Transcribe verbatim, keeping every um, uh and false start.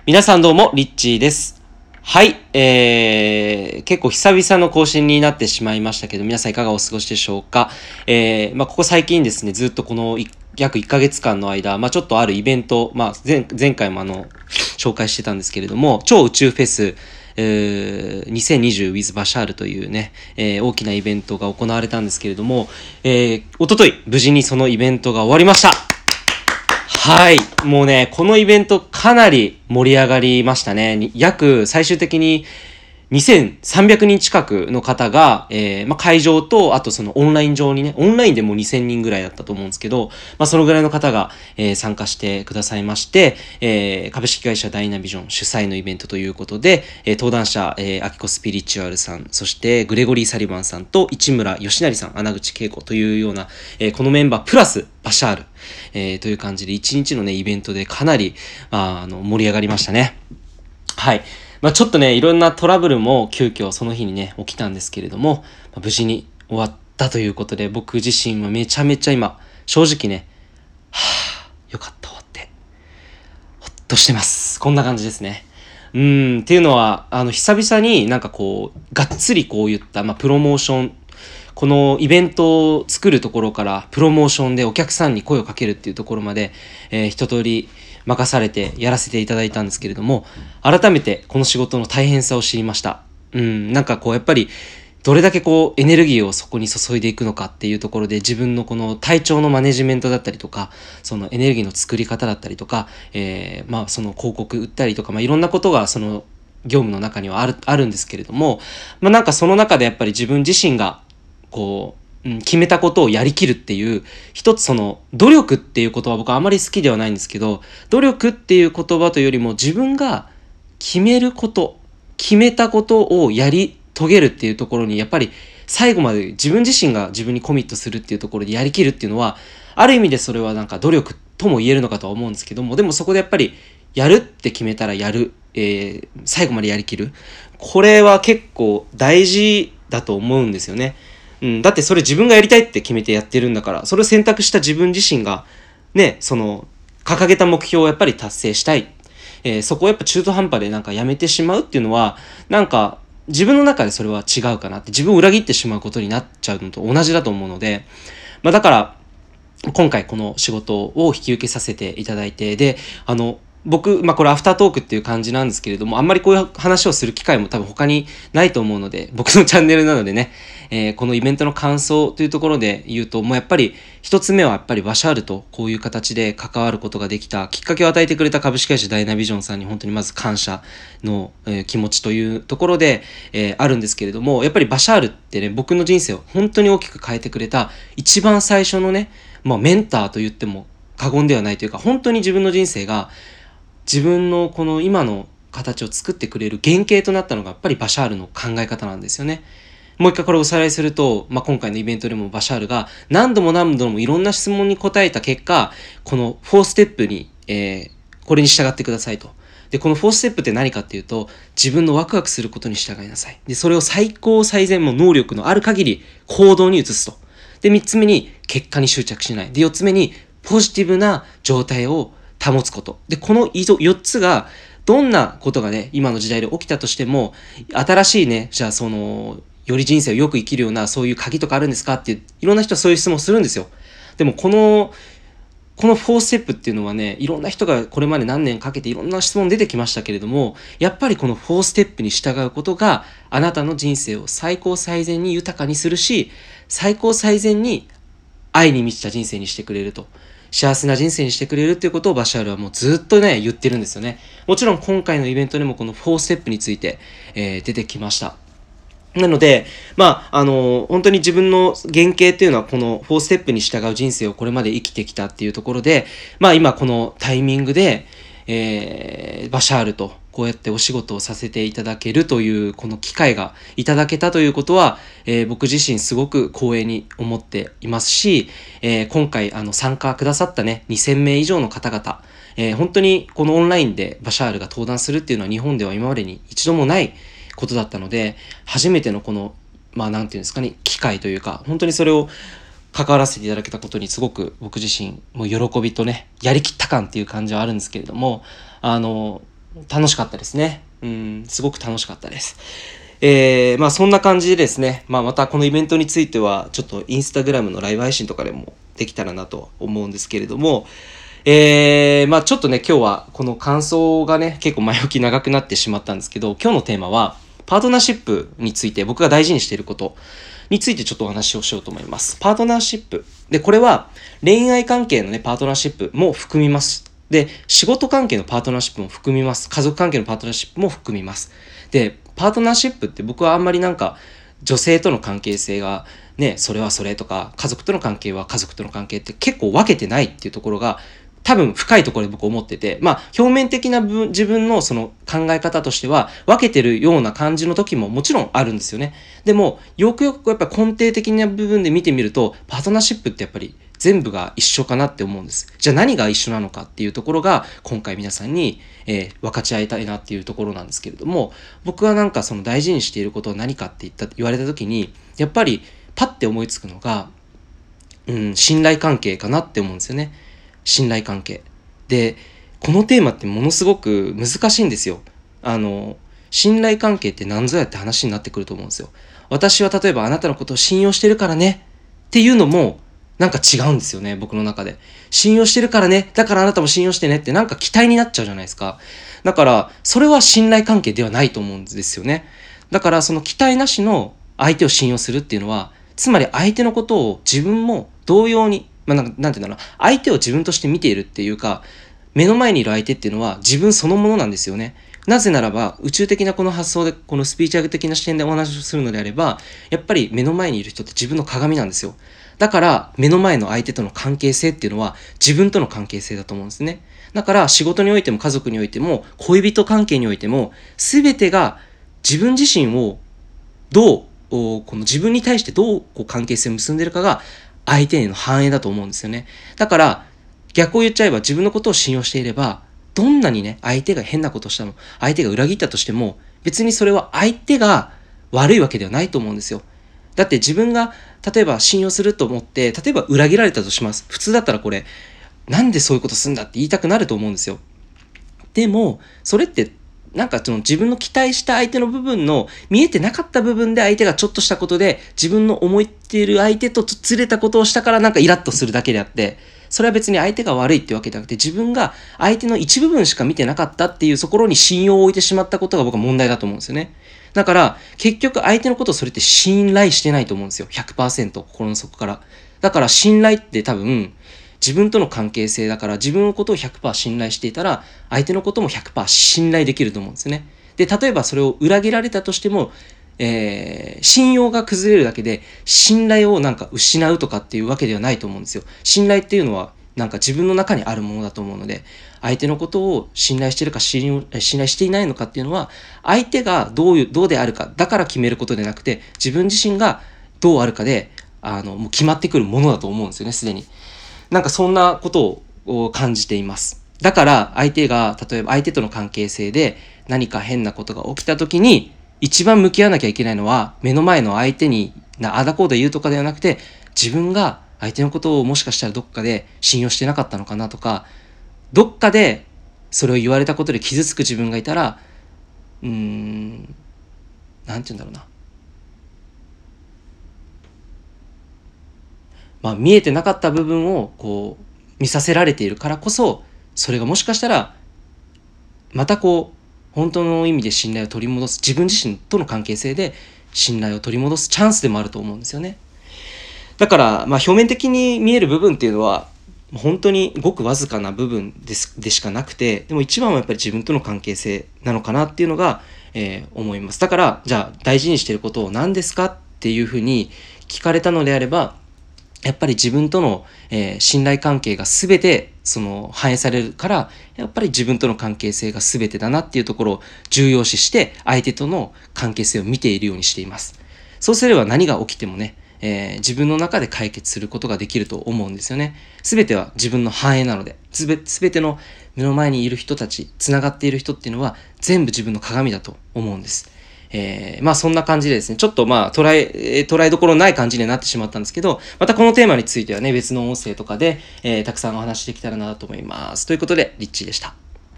皆さんどうも、リッチーです。はい、えー、結構久々の更新になってしまいましたけど、皆さんいかがお過ごしでしょうか。えー、まあ、ここ最近ですね、ずっとこの約いっかげつかんの間、まあ、ちょっとあるイベント、まあ、前、前回もあの、紹介してたんですけれども、超宇宙フェス、えー、にせんにじゅう with バシャールというね、えー、大きなイベントが行われたんですけれども、えー、おととい、無事にそのイベントが終わりました。はい。もうね、このイベントかなり盛り上がりましたね。約最終的ににせんさんびゃくにん近くの方が、えー、まあ、会場と、あとそのオンライン上にね、オンラインでもにせんにんぐらいだったと思うんですけど、まあ、そのぐらいの方が、えー、参加してくださいまして、えー、株式会社ダイナビジョン主催のイベントということで、えー、登壇者、えー、アキコスピリチュアルさん、そしてグレゴリー・サリバンさんと市村義成さん、穴口恵子というような、えー、このメンバープラスバシャール、えー、という感じで一日のね、イベントでかなり、あ、あの、盛り上がりましたね。はい。まあちょっとね、いろんなトラブルも急遽その日にね、起きたんですけれども、まあ、無事に終わったということで、僕自身はめちゃめちゃ今、正直ね、はぁ、よかった終わって、ほっとしてます。こんな感じですね。うーん、っていうのは、あの、久々になんかこう、がっつりこういった、まあプロモーション、このイベントを作るところからプロモーションでお客さんに声をかけるっていうところまで、えー、一通り任されてやらせていただいたんですけれども、改めてこの仕事の大変さを知りました。うん、なんかこうやっぱりどれだけこうエネルギーをそこに注いでいくのかっていうところで、自分のこの体調のマネジメントだったりとか、そのエネルギーの作り方だったりとか、えー、まあその広告売ったりとか、まあいろんなことがその業務の中にはある、あるんですけれども、まあなんかその中でやっぱり自分自身がこう、うん、決めたことをやりきるっていう、一つその、努力っていう言葉は僕はあまり好きではないんですけど、努力っていう言葉というよりも自分が決めること、決めたことをやり遂げるっていうところに、やっぱり最後まで自分自身が自分にコミットするっていうところでやりきるっていうのは、ある意味でそれはなんか努力とも言えるのかとは思うんですけども、でもそこでやっぱり、やるって決めたらやる、えー、最後までやりきる。これは結構大事だと思うんですよね。うん、だってそれ自分がやりたいって決めてやってるんだから、それを選択した自分自身が、ね、その、掲げた目標をやっぱり達成したい。えー、そこをやっぱ中途半端でなんかやめてしまうっていうのは、なんか、自分の中でそれは違うかなって、自分を裏切ってしまうことになっちゃうのと同じだと思うので、まあだから、今回この仕事を引き受けさせていただいて、で、あの、僕、まあこれアフタートークっていう感じなんですけれども、あんまりこういう話をする機会も多分他にないと思うので、僕のチャンネルなのでね、えー、このイベントの感想というところで言うと、もうやっぱり一つ目はやっぱりバシャールとこういう形で関わることができた、きっかけを与えてくれた株式会社ダイナビジョンさんに本当にまず感謝の、えー、気持ちというところで、えー、あるんですけれども、やっぱりバシャールってね、僕の人生を本当に大きく変えてくれた一番最初のね、まあメンターと言っても過言ではないというか、本当に自分の人生が自分のこの今の形を作ってくれる原型となったのがやっぱりバシャールの考え方なんですよね。もう一回これをおさらいすると、まあ、今回のイベントでもバシャールが何度も何度もいろんな質問に答えた結果、このフォーステップに、えー、これに従ってくださいと。で、このフォーステップって何かっていうと、自分のワクワクすることに従いなさい。で、それを最高最善も能力のある限り行動に移すと。で、三つ目に結果に執着しない。で、四つ目にポジティブな状態を保つこと。で、このよっつが、どんなことがね、今の時代で起きたとしても、新しいね、じゃあその、より人生をよく生きるような、そういう鍵とかあるんですかっていう、いろんな人はそういう質問するんですよ。でも、この、このフォーステップっていうのはね、いろんな人がこれまで何年かけていろんな質問出てきましたけれども、やっぱりこのフォーステップに従うことが、あなたの人生を最高最善に豊かにするし、最高最善に愛に満ちた人生にしてくれると。幸せな人生にしてくれるっていうことをバシャールはもうずっとね、言ってるんですよね。もちろん今回のイベントでもこのフォーステップについて、えー、出てきました。なので、まあ、あの、本当に自分の原型っていうのはこのフォーステップに従う人生をこれまで生きてきたっていうところで、まあ今このタイミングで、えー、バシャールとこうやってお仕事をさせていただけるというこの機会がいただけたということは、えー、僕自身すごく光栄に思っていますし、えー、今回あの参加くださったね、にせんめい以上の方々、えー、本当にこのオンラインでバシャールが登壇するっていうのは日本では今までに一度もないことだったので、初めてのこの、まあなんていうんですかね、機会というか、本当にそれを関わらせていただけたことにすごく僕自身もう喜びとね、やりきった感っていう感じはあるんですけれども、あの、 楽しかったですね。うん、すごく楽しかったです。えー、まあそんな感じでですね、まあまたこのイベントについては、ちょっとインスタグラムのライブ配信とかでもできたらなと思うんですけれども、えー、まあちょっとね、今日はこの感想がね、結構前置き長くなってしまったんですけど、今日のテーマは、パートナーシップについて僕が大事にしていることについてちょっとお話をしようと思います。パートナーシップ。で、これは恋愛関係のね、パートナーシップも含みます。で、仕事関係のパートナーシップも含みます。家族関係のパートナーシップも含みます。で、パートナーシップって僕はあんまりなんか女性との関係性がね、それはそれとか、家族との関係は家族との関係って結構分けてないっていうところが多分深いところで僕思ってて、まあ表面的な部分自分のその考え方としては分けてるような感じの時ももちろんあるんですよね。でもよくよくやっぱ根底的な部分で見てみると、パートナーシップってやっぱり全部が一緒かなって思うんです。じゃあ何が一緒なのかっていうところが今回皆さんに、えー、分かち合いたいなっていうところなんですけれども、僕はなんかその大事にしていることは何かって言った言われた時にやっぱりパッて思いつくのが、うん、信頼関係かなって思うんですよね。信頼関係。で、このテーマってものすごく難しいんですよ。あの、信頼関係って何ぞやって話になってくると思うんですよ。私は例えばあなたのことを信用してるからねっていうのもなんか違うんですよね、僕の中で。信用してるからね、だからあなたも信用してねってなんか期待になっちゃうじゃないですか。だから、それは信頼関係ではないと思うんですよね。だから、その期待なしの相手を信用するっていうのは、つまり相手のことを自分も同様に、まあ、なんなんていうんだろうな、相手を自分として見ているっていうか、目の前にいる相手っていうのは自分そのものなんですよね。なぜならば、宇宙的なこの発想で、このスピーチャル的な視点でお話をするのであれば、やっぱり目の前にいる人って自分の鏡なんですよ。だから、目の前の相手との関係性っていうのは自分との関係性だと思うんですね。だから、仕事においても家族においても、恋人関係においても、すべてが自分自身をどう、この自分に対してどうこう関係性を結んでいるかが相手への反映だと思うんですよね。だから、逆を言っちゃえば自分のことを信用していれば、どんなにね、相手が変なことをしたの、相手が裏切ったとしても、別にそれは相手が悪いわけではないと思うんですよ。だって自分が、例えば信用すると思って、例えば裏切られたとします。普通だったらこれ、なんでそういうことすんだって言いたくなると思うんですよ。でも、それって、なんかその自分の期待した相手の部分の見えてなかった部分で相手がちょっとしたことで自分の思っている相手とずれたことをしたからなんかイラッとするだけであって、それは別に相手が悪いってわけではなくて自分が相手の一部分しか見てなかったっていうところに信用を置いてしまったことが僕は問題だと思うんですよね。だから結局相手のことをそれって信頼してないと思うんですよ。ひゃくパーセント 心の底から。だから信頼って多分自分との関係性だから自分のことを ひゃくパーセント 信頼していたら相手のことも ひゃくパーセント 信頼できると思うんですね。で、例えばそれを裏切られたとしても、えー、信用が崩れるだけで信頼をなんか失うとかっていうわけではないと思うんですよ。信頼っていうのはなんか自分の中にあるものだと思うので、相手のことを信頼しているか信頼していないのかっていうのは相手がどういう、どうであるかだから決めることでなくて自分自身がどうあるかであのもう決まってくるものだと思うんですよね、すでに。なんかそんなことを感じています。だから相手が、例えば相手との関係性で何か変なことが起きた時に一番向き合わなきゃいけないのは目の前の相手になあだこうだ言うとかではなくて自分が相手のことをもしかしたらどっかで信用してなかったのかなとか、どっかでそれを言われたことで傷つく自分がいたら、うーん、なんて言うんだろうな。まあ、見えてなかった部分をこう見させられているからこそ、それがもしかしたらまたこう本当の意味で信頼を取り戻す、自分自身との関係性で信頼を取り戻すチャンスでもあると思うんですよね。だから、まあ、表面的に見える部分っていうのは本当にごくわずかな部分ですでしかなくて、でも一番はやっぱり自分との関係性なのかなっていうのが、えー思います。だからじゃあ大事にしていることを何ですかっていうふうに聞かれたのであれば、やっぱり自分との、えー信頼関係が全てその反映されるから、やっぱり自分との関係性が全てだなっていうところを重要視して相手との関係性を見ているようにしています。そうすれば何が起きてもね、えー自分の中で解決することができると思うんですよね。全ては自分の反映なので、すべ、全ての目の前にいる人たち、つながっている人っていうのは全部自分の鏡だと思うんです。えー、まあそんな感じでですね、ちょっとまあ捉え、捉えどころない感じになってしまったんですけど、またこのテーマについてはね、別の音声とかで、えーたくさんお話しできたらなと思います。ということで、リッチーでした。